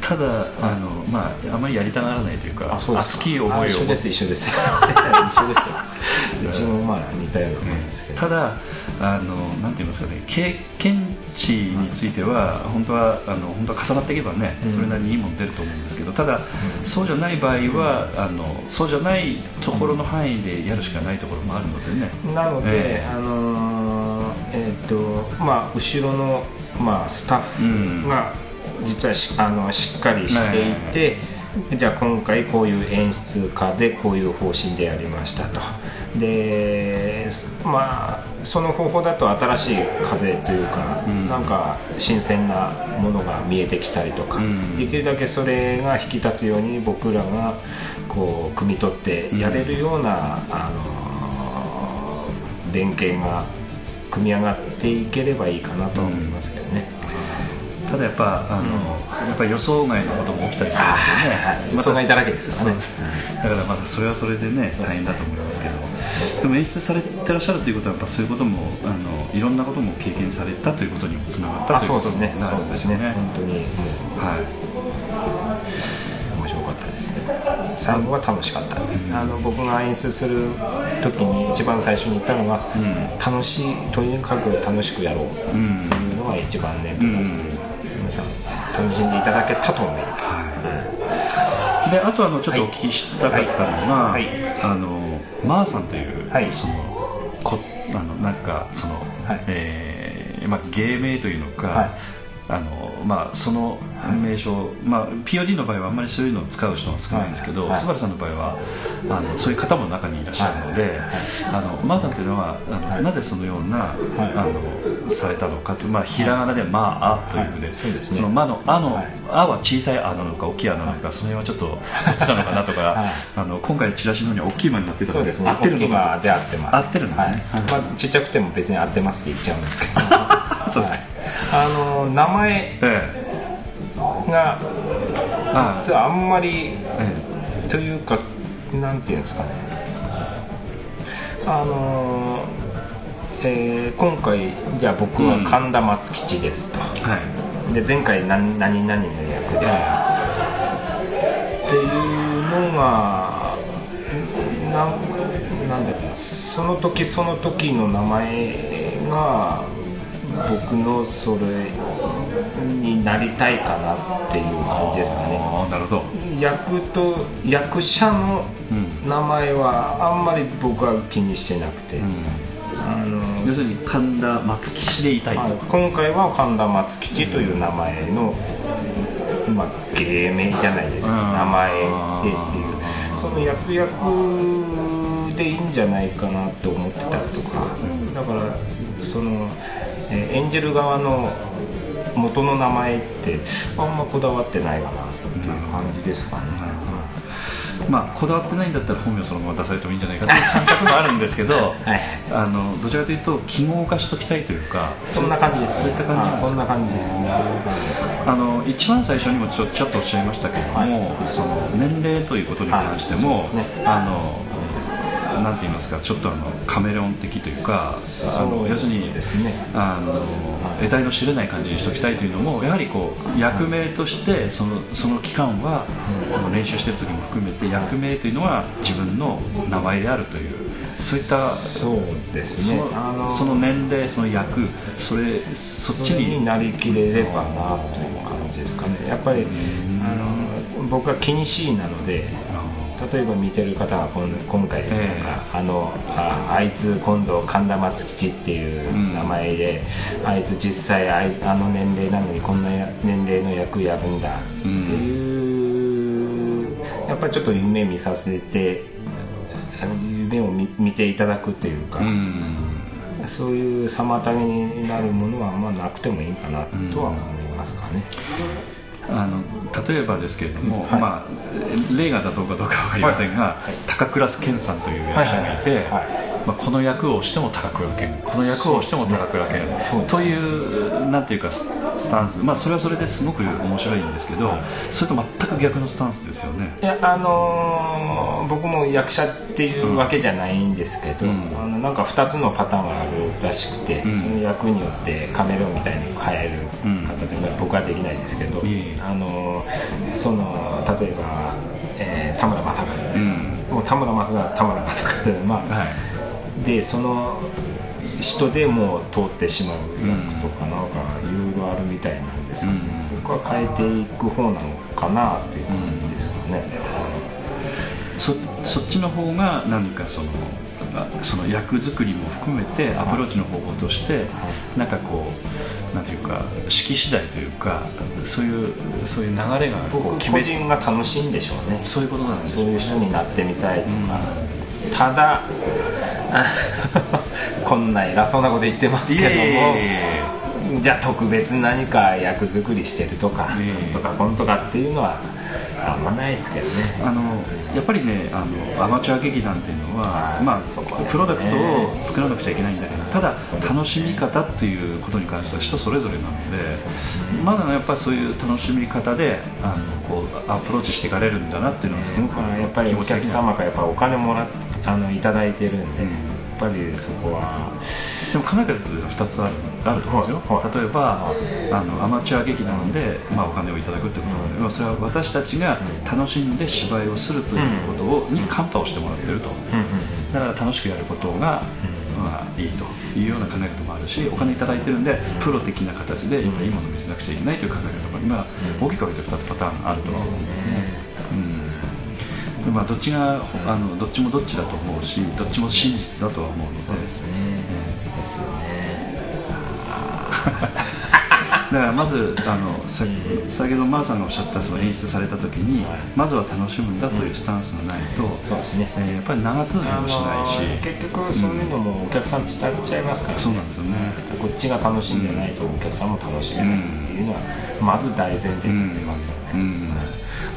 ただあの、まあ、あまりやりたがらないというか、熱き思いを一緒です一緒です一緒ですようちもまあ似たようなもんですけど、 ただあのなんて言いますかね、経験値については本当はあの本当は重なっていけばね、それなりにいいもの出ると思うんですけど、ただ、うん、そうじゃない場合はあのそうじゃないところの範囲でやるしかないところもあるのでね。 なので、えー、あのー、えー、っとまあ後ろのまあスタッフが実は し,、あのしっかりしていて、じゃあ今回こういう演出家でこういう方針でやりましたと。でまあその方法だと新しい風というか、うん、なんか新鮮なものが見えてきたりとか、うん、できるだけそれが引き立つように僕らがこう汲み取ってやれるような、うん、あの連携が組み上がっていければいいかなと思いますけどね。 ただやっぱあの、うん、やっぱり予想外のことも起きたりするのでね、 はい、予想外だらけですからね。 だからまだそれはそれでね大変だと思いますけど、でも演出されてらっしゃるということはやっぱそういうこともあのいろんなことも経験されたということにもつながったということになるんですよね。 本当にもう、はい、面白かったですね。最後は楽しかった、うん、あの僕が演出する時に一番最初に言ったのが、うん、楽しいとにかく楽しくやろうというのが一番念頭だったんです、うん皆さん楽しんでいただけたと思います、 はい、であとあのちょっとお聞きしたかったのが、はいはい、あのマーさんという、はい、そのこあのなんかその、はいえーまあ、芸名というのか、はいあのまあ、その名称、まあ、ピーオーディー の場合はあんまりそういうのを使う人は少ないんですけど、はいはい、スバルさんの場合はあのそういう方も中にいらっしゃるので、はいはい、あのマーさんというのはあの、はい、なぜそのような、はい、あのされたのかという、まあ、ひらがなで「まあ」というふうで、はい、そうですね、その「ま」の「あ」のはい「あ」は小さい「あ」なのか大きい「あ」なのか、はい、その辺はちょっとどっちなのかなとか、はい、あの今回チラシの方には大きい「ま」になってたので、そうですね、合ってるのかで合ってます、合ってるんですね、はいまあ、ちっちゃくても別に合ってますって言っちゃうんですけどそうですか、はいあの名前が実はあんまり、ええ、というかなんていうんですかね、あの、えー、今回じゃあ僕は神田松吉ですと、うんはい、で前回何々の役です、はい、っていうのがな, なんだっけその時その時の名前が僕のそれになりたいかなっていう感じですかね。あなるほど。役と役者の名前はあんまり僕は気にしてなくて、うん、あの要するに神田松吉でいたいと、はい、 今回は神田松吉という名前の、うんまあ、芸名じゃないですか、うん、名前でっていうその役役でいいんじゃないかなと思ってたりとか、うん、だからそのえー、演じる側の元の名前ってあんまこだわってないかなっていう感じですかね、 うん、まあこだわってないんだったら本名そのまま出されてもいいんじゃないかという感覚もあるんですけど、はい、あのどちらかというと記号化しときたいというかそんな感じです、 そういった感じですそんな感じですね。 あの一番最初にもちょっとちょっとおっしゃいましたけども、はい、その年齢ということに関しても、はいそうですね、あのなんて言いますかちょっとあのカメレオン的というかあの要するにですねあの得体の知れない感じにしておきたいというのもやはりこう役名としてそのその期間は、うん、練習している時も含めて役名というのは自分の名前であるというそういったそうですね、 その、その年齢その役それそっちにになりきれればなという感じですかね。やっぱりあの僕は気にしいなので例えば見てる方が今回なんか、えー、あの あ, あいつ今度神田松吉っていう名前で、うん、あいつ実際 あ, あの年齢なのにこんな年齢の役やるんだっていう、うん、やっぱりちょっと夢見させて夢を 見, 見ていただくというか、うん、そういう妨げになるものはまあなくてもいいかなとは思いますかね、 うん、あの例えばですけれども、はいまあ、例が妥当かどうか分かりませんが、はいはい、高倉健さんという役者がいて、はいはいはい、 まあ、この役をしても高倉健、この役をしても高倉健、ね、というなんていうかスタンス、まあ、それはそれですごく面白いんですけど、はい、それと全く逆のスタンスですよね。 いや、あのー、僕も役者っていうわけじゃないんですけど、うん、あのなんかふたつのパターンがあるらしくて、うん、その役によってカメレオンみたいに変える方で、うん、僕はできないですけど、うん、あのー、その例えば、えー、田村正和ですか、うん、もう田村正和田村正和で、まあはい、でその人でもう通ってしまう役とかなんかいろいろあるみたいなんですけど、ね、うん、僕は変えていく方なのかなっていう感じですかね。 うん、そ, そっちの方が何かそのその役作りも含めてアプローチの方法としてなんかこうなんていうか式次第というかそういうそういう流れがこう決め、僕個人が楽しいんでしょうね。 そういうことなんですよね。 そういう人になってみたいとか、うん、ただこんな偉そうなこと言ってますけども、じゃあ特別何か役作りしてるとかとかこんとかっていうのはあんまないですけどね。 あのやっぱりね、あのアマチュア劇団っていうのは、まあ、ね、プロダクトを作らなくちゃいけないんだけど、ただ、ね、楽しみ方っていうことに関しては人それぞれなので、ね、まだやっぱりそういう楽しみ方であのこうアプローチしていかれるんだなっていうのはすごくやっぱりお客様からやっぱお金もらってあのいただいてるんで、うん、やっぱりそこはでも考え方というのはふたつある、あると思うんですよ。はいはい、例えばあのアマチュア劇団で、まあ、お金をいただくということなので、それは私たちが楽しんで芝居をするということを、うん、にカンパをしてもらっていると、うん、だから楽しくやることが、うん、まあ、いいというような考え方もあるし、お金いただいているんでプロ的な形でいいものを見せなくちゃいけないという考え方も今大きく分けてふたつパターンあると思うんですね。うん、まあ、どっちがあのどっちもどっちだと思うし、どっちも真実だとは思うので、 そうですね、えー、ですよね。 だからまずあの先ほどマーさんがおっしゃったその演出された時に、はい、まずは楽しむんだというスタンスがないと、うん、そうですね、えー、やっぱり長続きもしないし、 結局そういうのもお客さん伝えちゃいますからね。 そうなんですよね。 こっちが楽しんでないとお客さんも楽しめないっていうのはまず大前提になりますよね。うんうん、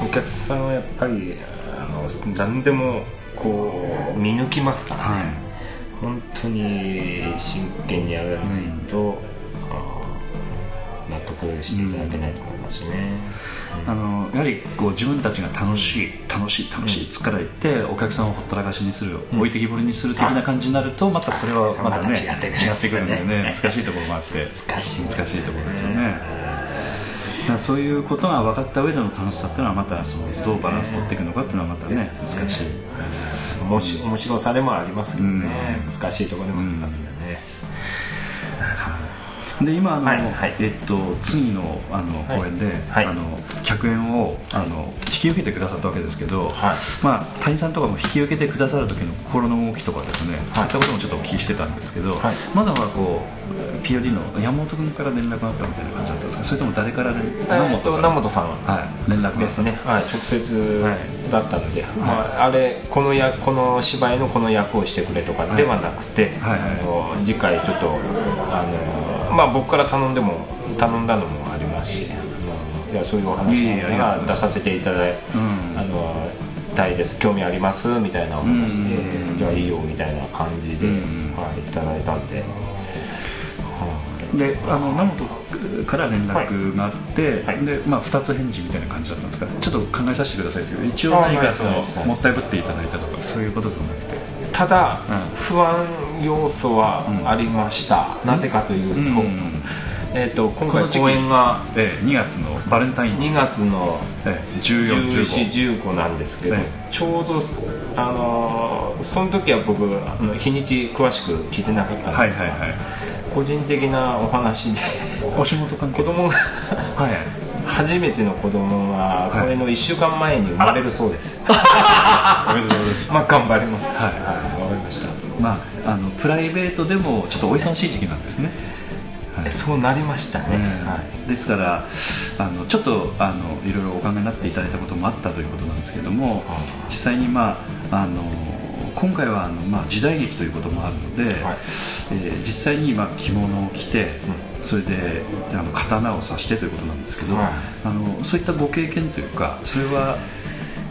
お客さんはやっぱりあの何でもこう見抜きますからね、はい、本当に真剣にやらないと、うん、納得していただけないと思いますね。 うん、あのやはりこう自分たちが楽しい楽しい楽しいつから言ってお客さんをほったらかしにする、うん、置いてきぼりにする的な感じになるとまたそれはまたね、また違ってくるんでね、難しいところもあって難しい難しいところですよね。だからそういうことが分かった上での楽しさっていうのはまたそのどうバランス取っていくのかっていうのはまたね難しい、 面白さでもありますけどね、うん、難しいところでもありますよね。 うん、で今あの、はいはい、えっと、次のあの公演で、はいはい、あの客演をあの引き受けてくださったわけですけど、はい、まあ、谷さんとかも引き受けてくださる時の心の動きとかですね、はい、そういったこともちょっとお聞きしてたんですけど、はい、まずはこう ピーオーディー の山本君から連絡があったみたいな感じだったんですか、それとも誰から連絡、 南本から、南本さん、 はい、連絡ですね、はい、直接だったので、はい、まあ、あれこのやこの芝居のこの役をしてくれとかではなくて、はいはいはい、あの次回ちょっとあの、まあ、僕から頼んでも頼んだのもありますし、いやそういうお話が出させていただいて、あのたいです、興味ありますみたいなお話で、うん、じゃあいいよみたいな感じで、うん、はい、いただいたんで、 であの南本から連絡があって、はいはい、でまあ、ふたつ返事みたいな感じだったんですか。ちょっと考えさせてくださいという、一応何かそのもったいぶっていただいたとかそういうことでもなくて、 ただ、うん、不安要素はありました、うん、なぜかというと、うんうん、えー、と今回公演が、 えー、にがつのバレンタインにがつのじゅうよん、じゅうご、 じゅうごなんですけど、えー、ちょうど、あのー、その時は僕あの日にち詳しく聞いてなかったんですが、はいはいはい、個人的なお話でお仕事関係子供がはい、初めての子供がこれのいっしゅうかんまえに生まれるそうです。 おめでとうございます。 まあ頑張ります。はい、はい、わかりました。 まああのプライベートでもちょっとお忙しい時期なんですね。 はい、そうなりましたね。 はい、ですからあのちょっとあのいろいろお考えになっていただいたこともあったということなんですけども、実際にまああの今回はあの、まあ、時代劇ということもあるので、はい、えー、実際にまあ着物を着て、うん、それであの刀を刺してということなんですけど、はい、あのそういったご経験というかそれは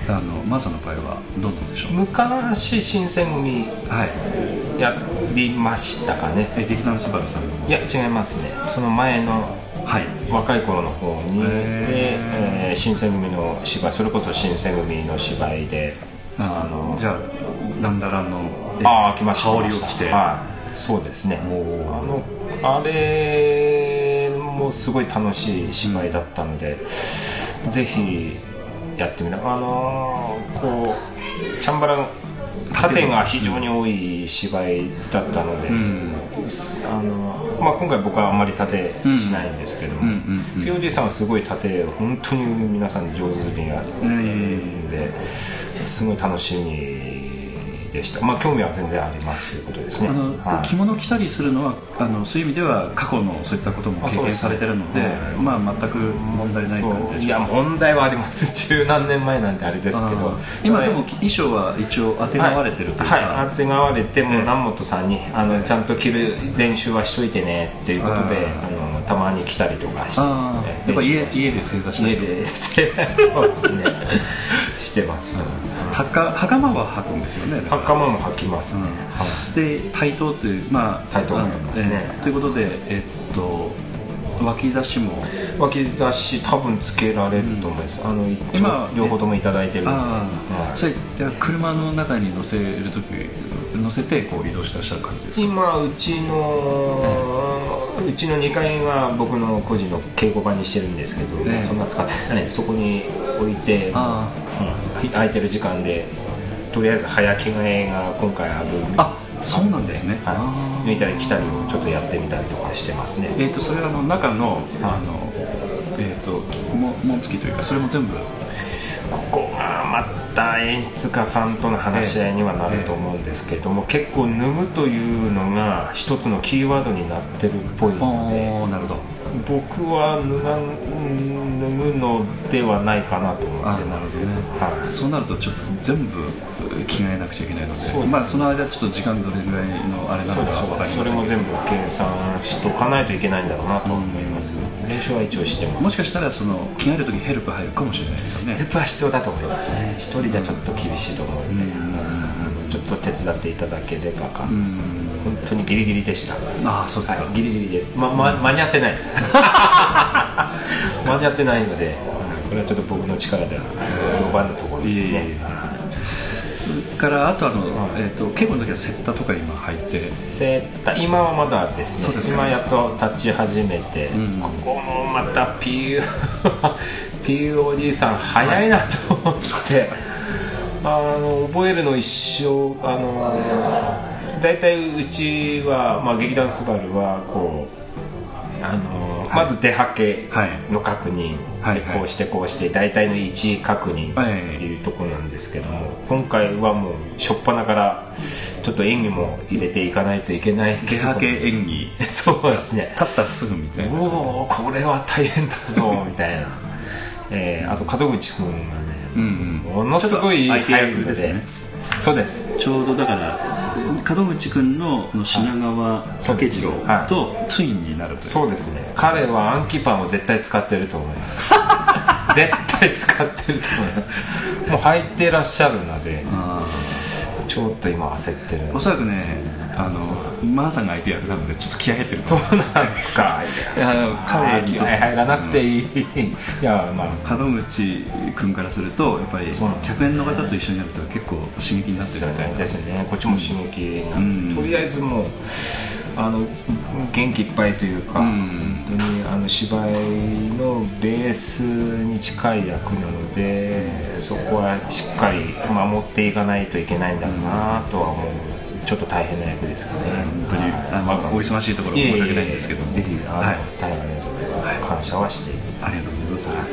あのマーさんの場合はどうなんでしょう。 昔新選組やりましたかね。 え劇団スバルさんの。 いや違いますね。その前のはい、 若い頃の方にで、えー、新選組の芝居、それこそ新選組の芝居で、 あのじゃあなんだらのあ来ました羽織を着て、 はい、そうですね。あのあれもすごい楽しい芝居だったので、うん、ぜひやってみな。あのー、こうチャンバラ縦が非常に多い芝居だったので、うん、あのまあ、今回僕はあんまり縦しないんですけども、うんうんうん、ピーオーディー さんはすごい縦を本当に皆さん上手にやるんで、すごい楽しみでした。まあ興味は全然ありますということですね。 あの、はい、着物着たりするのはあのそういう意味では過去のそういったことも経験されてるので、まあ全く問題ない感じでしょうか。 いや問題はあります。十何年前なんてあれですけど、 今でも衣装は一応あてがわれてるというか、 はいはい、あてがわれても南本さんにあのちゃんと着る練習はしといてねっていうことで、あのたまに来たりとかして、 あやっぱ 家, 家で正座したりとか、 家でそうですねしてます。 はか袴は履くんですよね。 袴も履きますね、うんはい、で対等という、まあ、 対等もありますね、 えー、ということで、えっと脇差しも脇差し多分つけられると思います、うん、あの今両方ともいただいてるんで、はい、 それ車の中に乗せるとき乗せてこう移動してらっしゃる感じですか。 今うちの、うん、うちのにかいが僕の個人の稽古場にしてるんですけど、ね、そんな使ってない。そこに置いて、あ、うん、空いてる時間でとりあえず早着替えが今回ある。 あ、そうなんですね。 はい、抜いたり着たりをちょっとやってみたりとかしてますね。 えーとそれはあの中のあのえーと紋付きというかそれも全部。 ここがまた演出家さんとの話し合いにはなると思うんですけども、えー、結構脱ぐというのが一つのキーワードになってるっぽいので、 なるほど。 僕は脱が脱ぐのではないかなと思ってますけど、 ね、はい、そうなるとちょっと全部着替えなくちゃいけないので、そ, で、まあ、その間ちょっと時間どれぐらいのあれなのか分かりませんけど、 それも全部計算しとかないといけないんだろうなと思いますけど、うん、練習は一応してます。 もしかしたらその着替えるときヘルプ入るかもしれないですよね。 ヘルプは必要だと思いますね。一人じゃちょっと厳しいと思うので、うん、ちょっと手伝っていただければか、うん、本当にギリギリでした。 ああ、そうですか、 はい、ギリギリです、まま、間に合ってないです間に合ってないので、これはちょっと僕の力では及ばぬところですね。 からあとあの、えー、と稽古の時はセッタとか今入ってセッタ今はまだですね。そうですか。今やっと立ち始めて、うん、ここもまた ピーオーディー さん早いなと思って、あの覚えるの一生あのだいたいうちは、まあ、劇団スバルはこうあの、はい、まず出はけの確認、はい、でこうしてこうして大体の位置確認っていうところなんですけども、はい、今回はもう初っ端からちょっと演技も入れていかないといけない。 出はけ演技そうですね。 立ったらすぐみたいな、 おおこれは大変だぞみたいな、えー、あと門口君がね、うんうん、ものすごい入るので、ですね、そうです。 ちょうどだから門口君 の, この品川武次郎とツインになるという。 そうですね。彼はアンキパンを絶対使ってると思います絶対使ってると思いますもう履いてらっしゃるので、あちょっと今焦ってる。 おそらくね、あのマーさんが相手役なのでちょっと気合入ってる。 そうなんですか。 いや彼にとって入らなくていい、うん、いやまあ門口君からするとやっぱり客演の方と一緒にやると結構刺激になってるみたいなですよね。こっちも刺激になって、うん、とりあえずもうあの元気いっぱいというか、うん、本当にあの芝居のベースに近い役なので、そこはしっかり守っていかないといけないんだろうなとは思う。ちょっと大変な役ですかね。 本当にあのお忙しいところ申し訳ないんですけども、 ぜひあの、はい、大変ありがとうございます。感謝はしています。 ありがとうございます。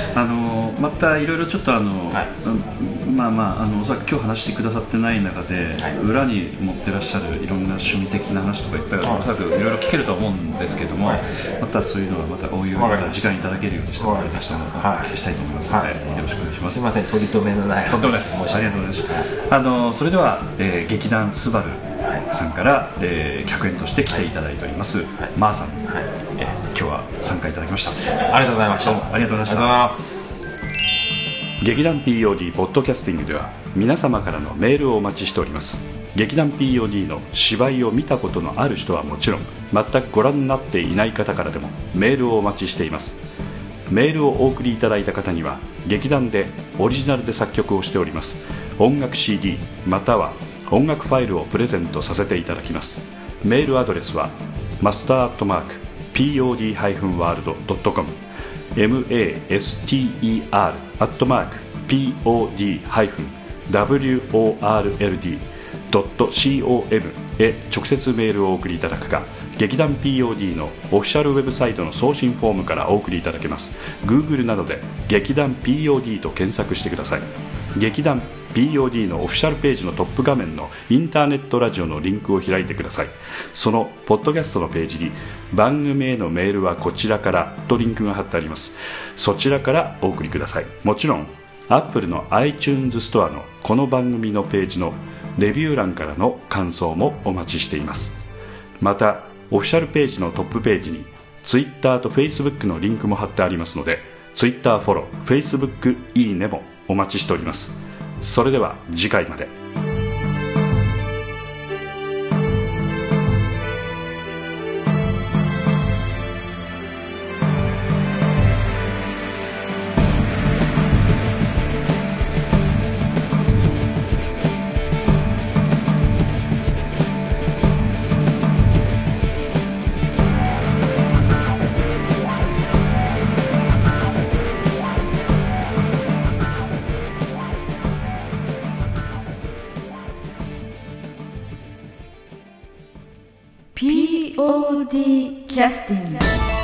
あのまたいろいろちょっとあの、はい、まあまああのおそらく今日話してくださってない中で、はい、裏に持ってらっしゃるいろんな趣味的な話とかいっぱい、はい、おそらくいろいろ聞けると思うんですけども、はい、またそういうのはまたおいおいまた時間いただけるようにしてまたぜひともお聞きしたいと思いますので、はい、よろしくお願いします。 すみません、取り留めのない話。 とんでもないです。ありがとうございます。あのそれでは、えー、劇団スバルさんから、えー、客演として来ていただいております、はい、マーさん、はい、えー、今日は参加いただきました。 ありがとうございました。 ありがとうございました。 ありがとうございます。 劇団 ピーオーディー ポッドキャスティングでは皆様からのメールをお待ちしております。劇団 ピーオーディー の芝居を見たことのある人はもちろん、全くご覧になっていない方からでもメールをお待ちしています。メールをお送りいただいた方には劇団でオリジナルで作曲をしております音楽 シーディー または音楽ファイルをプレゼントさせていただきます。メールアドレスはマスターアットマーク ピーオーディー ワールド ドットコム マスター アットマーク ピーオーディー ワールド ドット コム へ直接メールをお送りいただくか、劇団 ピーオーディー のオフィシャルウェブサイトの送信フォームからお送りいただけます。 Google などで劇団 ピーオーディー と検索してください。劇団 ピーオーディー のオフィシャルページのトップ画面のインターネットラジオのリンクを開いてください。そのポッドキャストのページに番組へのメールはこちらからとリンクが貼ってあります。そちらからお送りください。もちろん Apple の iTunes ストアのこの番組のページのレビュー欄からの感想もお待ちしています。またオフィシャルページのトップページに Twitter と Facebook のリンクも貼ってありますので、 Twitter フォロー、 Facebook いいねもお待ちしております。それでは次回まで。 ピーオーディー キャスティング